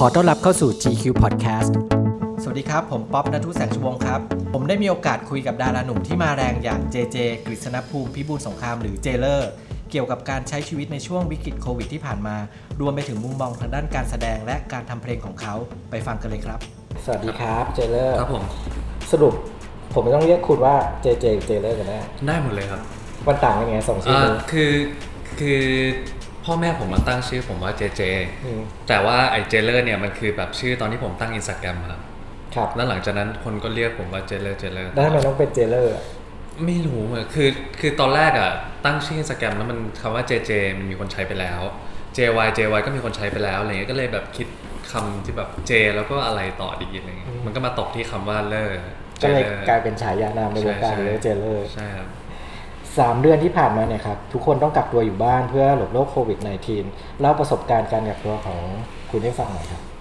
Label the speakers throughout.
Speaker 1: อต้อนรับเข้าสู่ GQ Podcast สวัสดีครับผมป๊อปณัฐแสงชูวงศ์ครับผมได้มีโอกาสคุยกับดาราหนุ่มที่มาแรงอย่างเจเจกฤษณภูมิพิบูลสงครามหรือเจเลอร์เกี่ยวกับการใช้ชีวิตในช่วงวิกฤตโควิดที่ผ่านมารวมไปถึงมุมมองทางด้านการแสดงและการทำเพลงของเขาไปฟังกันเลยครับสวัสดีครับเจเลอร์
Speaker 2: ครับผม
Speaker 1: สรุปผมไม่ต้องเรียกคุณว่าเจเจหรือเจเลอร์กัน
Speaker 2: ได้หมดเลยครับ
Speaker 1: มันต่างกันไงสองชื่อ
Speaker 2: คือพ่อแม่ผมมาตั้งชื่อผมว่าเจเจแต่ว่าไอ้เจเลอร์เนี่ยมันคือแบบชื่อตอนที่ผมตั้ง Instagram ครับแล้วหลังจากนั้นคนก็เรียกผมว่าเจเลอร์
Speaker 1: แล้วทำไมต้องเป็นเจเลอร์
Speaker 2: ไม่รู้อ่ะคือตอนแรกอ่ะตั้งชื่อ Instagram แล้วมันคำว่าเจเจมันมีคนใช้ไปแล้ว JY ก็มีคนใช้ไปแล้วอะไรเงี้ยก็เลยแบบคิดคำที่แบบเจแล้วก็อะไรต่อดีอะไรเงี้ยมันก็มาตกที่คำว่าเลอร์
Speaker 1: ก็เลยกลายเป็นฉายานามในวงการเลยเจเลอร์
Speaker 2: ใช่ครับ
Speaker 1: 3 เดือนที่ผ่านมาเนี่ยครับทุกคนต้องกักตัวอยู่บ้านเพื่อหลบโรคโควิด -19 เล่าประสบการณ์การกักตัวของคุณให้ฟังหน่อยครับ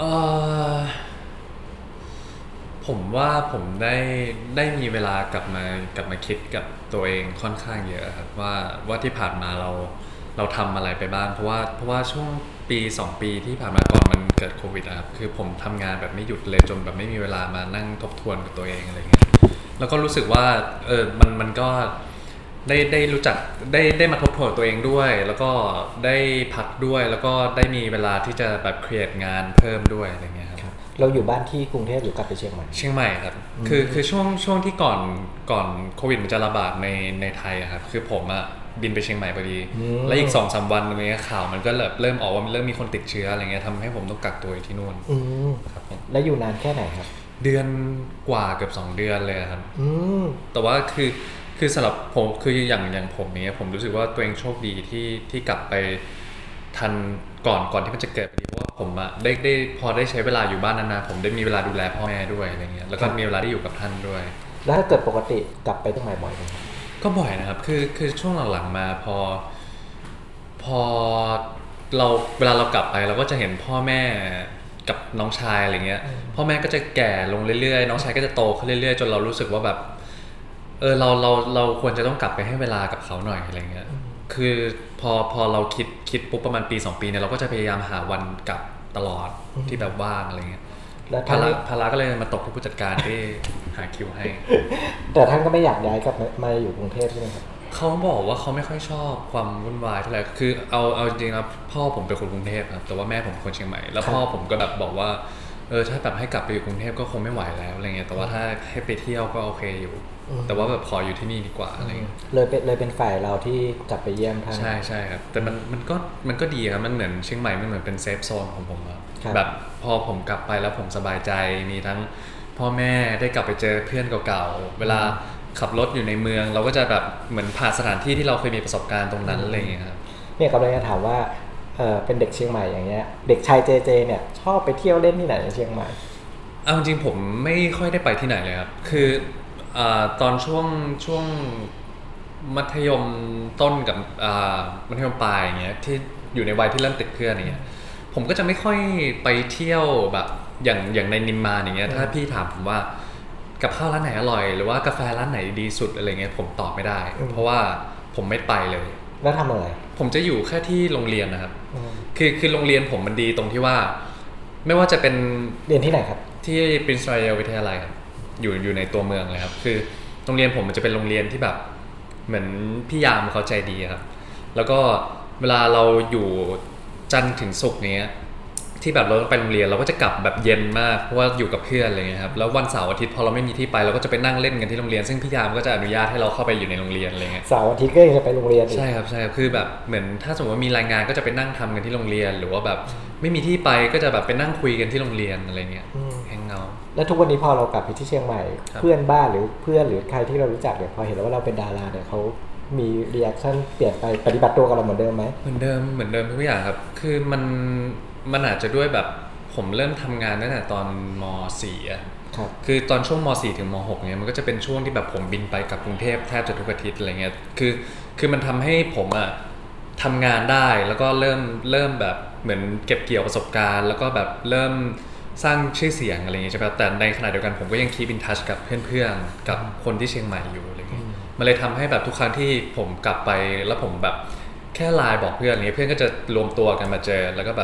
Speaker 2: ผมว่าผมได้มีเวลากลับมาคิดกับตัวเองค่อนข้างเยอะครับว่าที่ผ่านมาเราทำอะไรไปบ้างเพราะว่าช่วงปี2 ปีที่ผ่านมาก่อนมันเกิดโควิดครับคือผมทำงานแบบไม่หยุดเลยจนแบบไม่มีเวลามานั่งทบทวนกับตัวเองอะไรเงี้ยแล้วก็รู้สึกว่ามันก็ได้รู้จักได้มาทบทวนตัวเองด้วยแล้วก็ได้พักด้วยแล้วก็ได้มีเวลาที่จะแบบครีเอทงานเพิ่มด้วยอะไรเงี้ยครับ
Speaker 1: เราอยู่บ้านที่กรุงเทพหรือกลับไปเชียงให
Speaker 2: ม่ครับคือช่วงที่ก่อนโควิดมันจะระบาดในไทยครับคือผมบินไปเชียงใหม่พอดีแล้วอีก 2-3 วันอะไรเงี้ยข่าวมันก็เริ่มออกว่ามันเริ่มมีคนติดเชื้ออะไรเงี้ยทำให้ผมต้องกักตัวอยู่ที่นู่น
Speaker 1: ครับแล้วอยู่นานแค่ไหนครับ
Speaker 2: เดือนกว่าเกือบ2 เดือนเลยครับแต่ว่าคือสำหรับผมคืออย่างผมเนี้ยผมรู้สึกว่าตัวเองโชคดีที่กลับไปทันก่อนที่มันจะเกิดพอดีเพราะว่าผมได้พอได้ใช้เวลาอยู่บ้านนานๆผมได้มีเวลาดูแลพ่อแม่ด้วยอะไรเงี้ยแล้วก็มีเวลาได้อยู่กับท่านด้วย
Speaker 1: แล้วถ้าเกิดปกติกลับไปที่ไหนบ่อยไหม
Speaker 2: ก็บ่อยนะครับคือช่วงหลังๆมาพอเราเวลาเรากลับไปเราก็จะเห็นพ่อแม่กับน้องชายอะไรเงี้ยพ่อแม่ก็จะแก่ลงเรื่อยๆน้องชายก็จะโตขึ้นเรื่อยๆจนเรารู้สึกว่าแบบเราควรจะต้องกลับไปให้เวลากับเขาหน่อยอะไรเงี้ยคือพอเราคิดปุ๊บประมาณ1-2 ปีเนี่ยเราก็จะพยายามหาวันกลับตลอดที่แบบว่างอะไรเงี้ยภาระก็เลยมาตกที่ผู้จัดการที่หาคิวให้
Speaker 1: แต่ท่านก็ไม่อยากย้ายกลับมาอยู่กรุงเทพใช่ไหมครับ
Speaker 2: เขาบอกว่าเขาไม่ค่อยชอบความวุ่นวายเท่าไหร่คือเอาจริงๆนะพ่อผมเป็นคนกรุงเทพครับแต่ว่าแม่ผมเป็นคนเชียงใหม่แล้วพ่อผมก็แบบบอกว่าถ้าแบบให้กลับไปอยู่กรุงเทพก็คงไม่ไหวแล้วอะไรเงี้ยแต่ว่าถ้าให้ไปเที่ยวก็โอเคอยู่แต่ว่าแบบขออยู่ที่นี่ดีกว่าอะไรเงี้ย
Speaker 1: เลยเป็นฝ่ายเราที่กลับไปเยี่ยมท่าน
Speaker 2: ใช่ครับแต่มันก็ดีครับมันเหมือนเชียงใหม่มันเหมือนเป็นเซฟโซนของผมแบบพอผมกลับไปแล้วผมสบายใจมีทั้งพ่อแม่ได้กลับไปเจอเพื่อนเก่าๆเวลาขับรถอยู่ในเมืองเราก็จะแบบเหมือนผ่านสถานที่ที่เราเคยมีประสบการณ์ตรงนั้นอะไรเงี้ยครับ
Speaker 1: เนี่ยกำลังจะถามว่าเป็นเด็กเชียงใหม่อย่างเงี้ยเด็กชายเจเจเนี่ยชอบไปเที่ยวเล่นที่ไหนในเชียงใหม่
Speaker 2: เอาจริงผมไม่ค่อยได้ไปที่ไหนเลยครับคือตอนช่วงมัธยมต้นกับมัธยมปลายอย่างเงี้ยที่อยู่ในวัยที่เริ่มติดเพื่อนอย่างเงี้ยผมก็จะไม่ค่อยไปเที่ยวแบบอย่างในนิมมานอย่างเงี้ยถ้าพี่ถามผมว่ากับข้าวร้านไหนอร่อยหรือว่ากาแฟร้านไหนดีสุดอะไรเงี้ยผมตอบไม่ได้เพราะว่าผมไม่ไปเลย
Speaker 1: แล้วทำอะไร
Speaker 2: ผมจะอยู่แค่ที่โรงเรียนนะครับคือโรงเรียนผมมันดีตรงที่ว่าไม่ว่าจะเป็น
Speaker 1: เรียนที่ไหนครับ
Speaker 2: ที่ Prince Royal วิทยาลัยครับอยู่ในตัวเมืองเลยครับคือโรงเรียนผมมันจะเป็นโรงเรียนที่แบบเหมือนพี่ยามเขาใจดีครับแล้วก็เวลาเราอยู่จันทร์ถึงศุกร์เนี้ยที่แบบเราต้องไปโรงเรียนเราก็จะกลับแบบเย็นมากเพราะว่าอยู่กับเพื่อนอะไรเงี้ยครับแล้ววันเสาร์อาทิตย์พอเราไม่มีที่ไปเราก็จะไปนั่งเล่นกันที่โรงเรียนซึ่งพี่ยามก็จะอนุญาตให้เราเข้าไปอยู่ในโรงเรียนอะไรเงี้ย
Speaker 1: เสาร์อาทิตย์ก็จะไปโรงเรียน
Speaker 2: ใช่ครับคือแบบเหมือนถ้าสมมติว่ามีรายงานก็จะไปนั่งทำกันที่โรงเรียนหรือว่าแบบไม่มีที่ไปก็จะแบบไปนั่งคุยกันที่โรงเรียนอะไรเงี้ยแฮงเอาท์
Speaker 1: แล้วทุกวันนี้พอเรากลับไปที่เชียงใหม่เพื่อนบ้านหรือเพื่อนหรือใครที่เรารู้จักเนี่ยพอเห็นแล้วว่าเราเป็นดาราเนี่ยเขามีรีแอคชั่นเปลี่ยนไปปฏิบัติตัวกับเราเหมือนเดิมไหม
Speaker 2: เหมือนเดิมทุกอย่างครับคือมันอาจจะด้วยแบบผมเริ่มทำงานตั้งแต่ตอนม.4 อ่ะคือตอนช่วงม.4 ถึงม.6 เนี่ยมันก็จะเป็นช่วงที่แบบผมบินไปกับกรุงเทพแทบจะทุกอาทิตย์อะไรเงี้ยคือมันทำให้ผมอ่ะทำงานได้แล้วก็เริ่มแบบเหมือนเก็บเกี่ยวประสบการณ์แล้วก็แบบเริ่มสร้างชื่อเสียงอะไรเงี้ยใช่ไหมแต่ในขณะเดียวกันผมก็ยังคีปอินทัชกับเพื่อนๆกับคนที่เชียงใหม่อยู่อะไรเงี้ยมันเลยทำให้แบบทุกครั้งที่ผมกลับไปแล้วผมแบบแค่ไลน์บอกเพื่อนอะไรเงี้ยเพื่อนก็จะรวมตัวกันมาเจอแล้วก็แบบ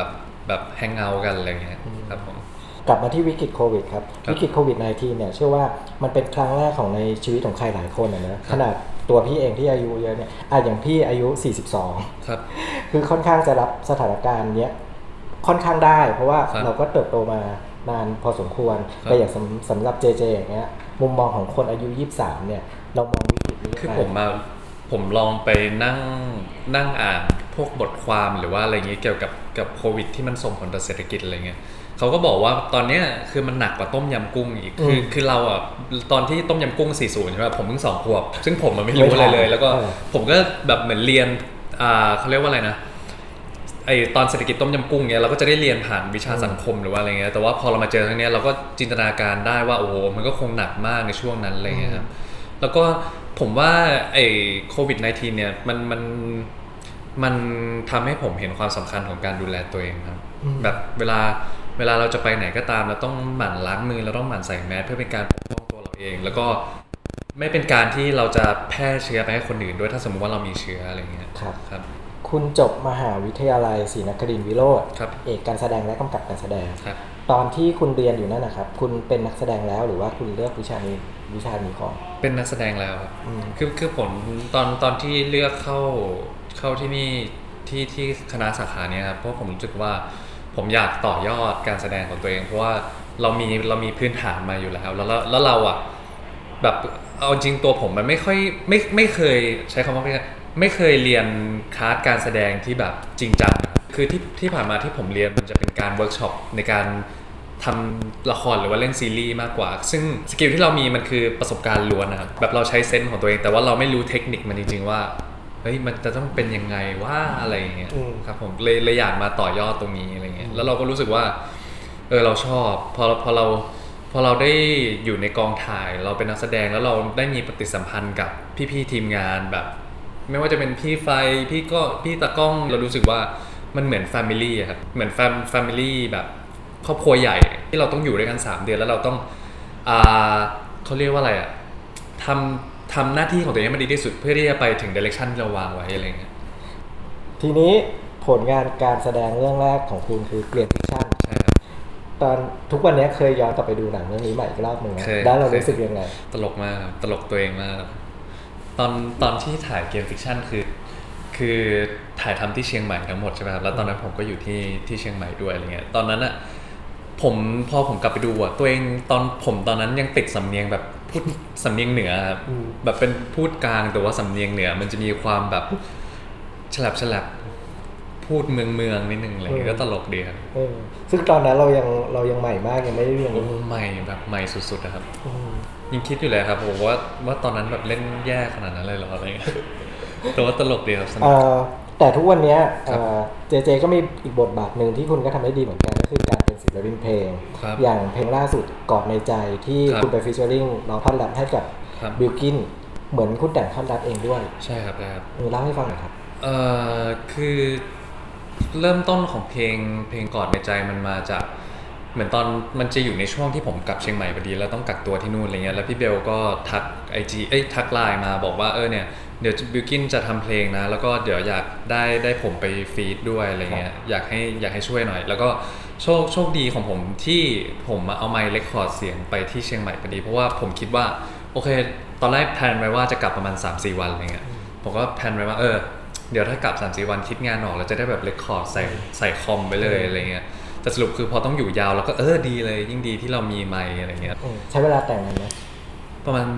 Speaker 2: แบบแฮงเอาท์กันอะไรเงี้ยครับผม
Speaker 1: กลับมาที่วิกฤตโควิดครับวิกฤตโควิด -19 เนี่ยเชื่อว่ามันเป็นครั้งแรกของในชีวิตของใครหลายคนนะขนาดตัวพี่เองที่อายุเยอะเนี่ยอย่างพี่อายุ42
Speaker 2: ครับ
Speaker 1: คือค่อนข้างจะรับสถานการณ์เนี้ยค่อนข้างได้เพราะว่าเราก็เติบโตมานานพอสมควรแต่อย่างสำหรับเจเจอย่างเงี้ยมุมมองของคนอายุ23เนี่ยเรามองวิกฤตนี้
Speaker 2: คือผมลองไปนั่งอ่านพวกบทความหรือว่าอะไรเงี้ยเกี่ยวกับโควิดที่มันส่งผลต่อเศรษฐกิจอะไรเงี้ยเขาก็บอกว่าตอนนี้คือมันหนักกว่าต้มยำกุ้งอีกคือเราอ่ะตอนที่ต้มยำกุ้ง40ใช่ไหมผมเพิ่ง2 ขวบซึ่งผมมันไม่รู้อะไรเลยแล้วก็ผมก็แบบเหมือนเรียนเขาเรียกว่าอะไรนะไอตอนเศรษฐกิจต้มยำกุ้งเนี้ยเราก็จะได้เรียนผ่านวิชาสังคมหรือว่าอะไรเงี้ยแต่ว่าพอเรามาเจอครั้งนี้เราก็จินตนาการได้ว่าโอ้โหมันก็คงหนักมากในช่วงนั้นอะไรเงี้ยครับแล้วก็ผมว่าไอ้โควิด -19 เนี่ยมันทำให้ผมเห็นความสำคัญของการดูแลตัวเองครับแบบเวลาเราจะไปไหนก็ตามเราต้องหมั่นล้างมือเราต้องหมั่นใส่แมสเพื่อเป็นการปกป้องตัวเราเองแล้วก็ไม่เป็นการที่เราจะแพร่เชื้อไปให้คนอื่นด้วยถ้าสมมติว่าเรามีเชื้ออะไรเงี้ย
Speaker 1: ครับคุณจบมหาวิทยาลัยศรีนครินทร์วิโรจน์เอกการแสดงและกำกับการแสดงตอนที่คุณเรียนอยู่นั่นนะครับคุณเป็นนักแสดงแล้วหรือว่าคุณเลือกวิชานี้ก่อน
Speaker 2: เป็นนักแสดงแล้วครับคือผมตอนที่เลือกเข้าที่นี่ที่คณะสาขานี้ครับเพราะผมรู้สึกว่าผมอยากต่อยอดการแสดงของตัวเองเพราะว่าเรามีพื้นฐานมาอยู่แล้วแล้วเราอ่ะแบบเอาจริงตัวผมมันไม่เคยใช้คำว่าไม่เคยเรียนคลาสการแสดงที่แบบจริงจังคือที่ผ่านมาที่ผมเรียนมันจะเป็นการเวิร์กช็อปในการทำละครหรือว่าเล่นซีรีส์มากกว่าซึ่งสกิลที่เรามีมันคือประสบการณ์ล้วนนะครับแบบเราใช้เซนส์ของตัวเองแต่ว่าเราไม่รู้เทคนิคมันจริงๆว่าเฮ้ยมันจะต้องเป็นยังไงว่าอะไรอย่างเงี้ยครับผมเลยอยากมาต่อยอดตรงนี้อะไรเงี้ยแล้วเราก็รู้สึกว่าเราชอบพอเราได้อยู่ในกองถ่ายเราเป็นนักแสดงแล้วเราได้มีปฏิสัมพันธ์กับพี่ๆทีมงานแบบไม่ว่าจะเป็นพี่ไฟพี่ตากล้องเรารู้สึกว่ามันเหมือนแฟมิลี่ครับเหมือนแฟมิลี่แบบครอบครัวใหญ่ที่เราต้องอยู่ด้วยกัน3 เดือนแล้วเราต้องเขาเรียกว่าอะไรอ่ะทำหน้าที่ของตัวเองให้มันดีที่สุดเพื่อที่จะไปถึง direction ที่เราวางไว้อะไรเงี้ย
Speaker 1: ทีนี้ผลงานการแสดงเรื่องแรกของคุณคือเปลี่ยนฟิกชั่น
Speaker 2: ใช่ครับ
Speaker 1: ตอนทุกวันนี้เคยย้อนกลับไปดูหนังเรื่องนี้ใหม่อีกรอบนึงแล้วเรารู้สึกยังไง
Speaker 2: ตลกมากตลกตัวเองมากตอนที่ถ่ายเกมฟิกชั่นคือถ่ายทำที่เชียงใหม่ทั้งหมดใช่ไหมครับแล้วตอนนั้นผมก็อยู่ที่เชียงใหม่ด้วยอะไรเงี้ยตอนนั้นอ่ะพอผมกลับไปดูอ่ะตัวเองตอนนั้นยังติดสำเนียงแบบพูดสำเนียงเหนือครับแบบเป็นพูดกลางแต่ว่าสำเนียงเหนือมันจะมีความแบบฉลับพูดเมืองนิดนึงอะไรเงี้ยก็ตลกดีครับ
Speaker 1: ซึ่งตอนนั้นเรายังใหม่มากยังไม่ได้เรียน
Speaker 2: ใหม่แบบใหม่สุดๆนะครับยังคิดอยู่เลยครับผมว่าตอนนั้นแบบเล่นแย่ขนาดนั้นเลยเหรออะไรเงี้ยแต่ว่าตลกดีครับ
Speaker 1: แต่ทุกวันนี้เจก็มีอีกบทบาทหนึ่งที่คุณก็ทำได้ดีเหมือนกันก็คือการเป็นศิลปินเพลงอย่างเพลงล่าสุดกอดในใจที่คุณไปฟีเจอริ่งร้องท่อนแรปให้กับบิลกินเหมือนคุณแต่งท่อนแรปเองด้วย
Speaker 2: ใช่ครับ
Speaker 1: เล่าให้ฟังหน่อยครับ
Speaker 2: คือเริ่มต้นของเพลงกอดในใจมันมาจากเหมือนตอนมันจะอยู่ในช่วงที่ผมกลับเชียงใหม่พอดีแล้วต้องกักตัวที่นู่นอะไรเงี้ยแล้วพี่เบลก็ทัก IG ทักไลน์มาบอกว่าเนี่ยเดี๋ยวบิลกินจะทำเพลงนะแล้วก็เดี๋ยวอยากได้ผมไปฟีดด้วยอะไรเงี้ยอยากให้ช่วยหน่อยแล้วก็โชคดีของผมที่ผมเอาไมค์เรคคอร์ดเสียงไปที่เชียงใหม่พอดีเพราะว่าผมคิดว่าโอเคตอนแรกแพลนไว้ว่าจะกลับประมาณ 3-4 วันอะไรเงี้ยผมก็แพลนไว้ว่าเดี๋ยวถ้ากลับ 3-4 วันคิดงานออกแล้วจะได้แบบเรคคอร์ดใส่คอมไปเลยอะไรเงี้ยแต่สรุปคือพอต้องอยู่ยาวแล้วก็ดีเลยยิ่งดีที่เรามีไมค์อะไรเงี้ย
Speaker 1: ใช้เวลาแต่งนานไหม
Speaker 2: ประมาณ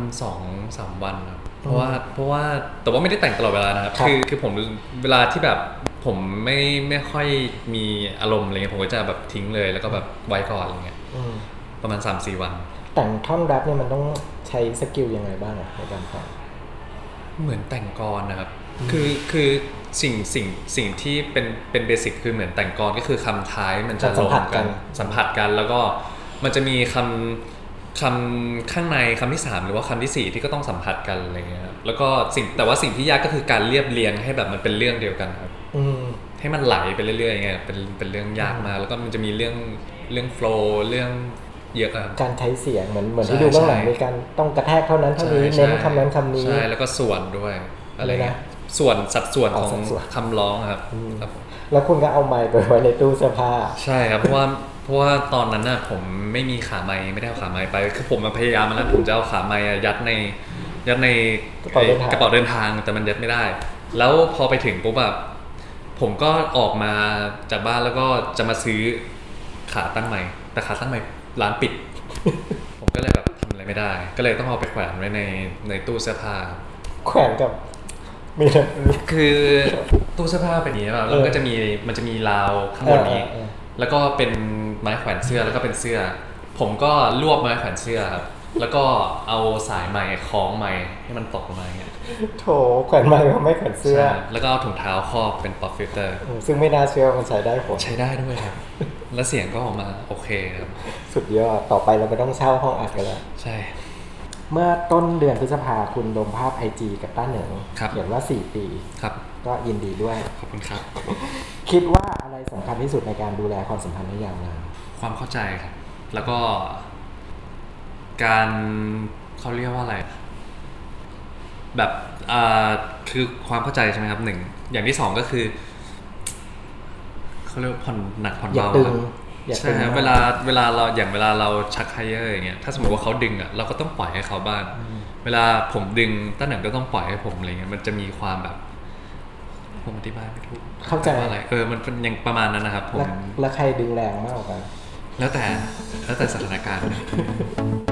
Speaker 2: 2-3 วันครับเพราะว่าแต่ว่าไม่ได้แต่งตลอดเวลานะครับคือผมเวลาที่แบบผมไม่ค่อยมีอารมณ์อะไรเงี้ยผมก็จะแบบทิ้งเลยแล้วก็แบบไว้ก่อนอะไรเงี้ยประมาณ 3-4 วัน
Speaker 1: แต่งท่อนแรปเนี่ยมันต้องใช้สกิลยังไงบ้างในการแต่ง
Speaker 2: เหมือนแต่งกลนะครับคือสิ่งที่เป็นเบสิกคือเหมือนแต่งกลก็คือคำท้ายมันจะ
Speaker 1: สัมผัส
Speaker 2: กันแล้วก็มันจะมีคำข้างในคำที่3หรือว่าคำที่4ที่ก็ต้องสัมผัสกันอะไรเงี้ยแล้วก็แต่ว่าสิ่งที่ยากก็คือการเรียบเรียงให้แบบมันเป็นเรื่องเดียวกันครับให้มันไหลไปเรื่อยๆอย่างเงี้ยเป็นเรื่องยากมากแล้วก็มันจะมีเรื่องโฟลว์เรื่องเยอะครับ
Speaker 1: การใช้เสียงเหมือนที่ดูเบื้องหลังในการต้องกระแทกเท่านั้นเท่านี้เน้นคำนั้นคำนี้
Speaker 2: ใช่แล้วก็ส่วนด้วยอะไรนะสัดส่วนของคำร้องครับ
Speaker 1: แล้วคุณก็เอาไมค์ไปไว้ในตู้เสื้อผ้า
Speaker 2: ใช่ครับเพราะว่าตอนนั้นน่ะผมไม่มีขาไมค์ไม่ได้เอาขาไมค์ไปคือผมพยายามมาแล้วผมจะเอาขาไมค์ยัดในกระเป๋าเดินทางแต่มันยัดไม่ได้แล้วพอไปถึงปุ๊บแบบผมก็ออกมาจากบ้านแล้วก็จะมาซื้อขาตั้งไมค์แต่ขาตั้งไมค์ร้านปิด ผมก็เลยแบบทำอะไรไม่ได้ก็เลยต้องเอาไปแขวนไว้ในตู้เสื้อผ้า
Speaker 1: แขวนกับมี
Speaker 2: คือตู้เสื้อผ้าเป็นอย่างนี้แบบแล้วก็มันจะมีราวข้างบนนี้แล้วก็เป็นไม้แขวนเสื้อแล้วก็เป็นเสื้อผมก็รวบไม้แขวนเสื้อครับแล้วก็เอาสายไม้คล้องไม้ให้มันตกลงมาอย่างเงี้ย
Speaker 1: โถแขวนไม้ก็ไม่แขวนเสื้อ
Speaker 2: แล้วก็เอาถุงเท้าครอบเป็นป๊อปฟิลเตอร์
Speaker 1: ซึ่งไม่น่าเชื่อมันใช้ได้ผล
Speaker 2: ใช้ได้ด้วยครับแล้วเสียงก็ออกมาโอเคครับ
Speaker 1: สุดยอดต่อไปเราไม่ต้องเช่าห้องอัดกันแล้ว
Speaker 2: ใช่
Speaker 1: เมื่อต้นเดือนพฤษภาคุณลงภาพ IG กับต้าเหนิงเขียนว่า4ปี
Speaker 2: ครับ
Speaker 1: ก็ยินดีด้วย
Speaker 2: ขอบคุณครับ
Speaker 1: คิดว่าอะไรสำคัญที่สุดในการดูแลความสัมพันธ์ในยาวนาน
Speaker 2: ความเข้าใจครับแล้วก็การเขาเรียกว่าอะไรแบบคือความเข้าใจใช่ไหมครับ1อย่างที่2ก็คือเขาเรียกผ่อนหนักผ่อนเบาใช่ครับเวลาเราชักไฮเออร์อย่างเงี้ยถ้าสมมติว่าเขาดึงอ่ะเราก็ต้องปล่อยให้เขาบ้างเวลาผมดึงต้นหนังก็ต้องปล่อยให้ผมอะไรเงี้ยมันจะมีความแบบผมอธิบายไม่ถูก
Speaker 1: เข้าใจ
Speaker 2: อะไรมันเป็นยังประมาณนั้นนะครับผม
Speaker 1: แล้วใครดึงแรงมากกว่ากัน
Speaker 2: แล้วแต่สถานการณ์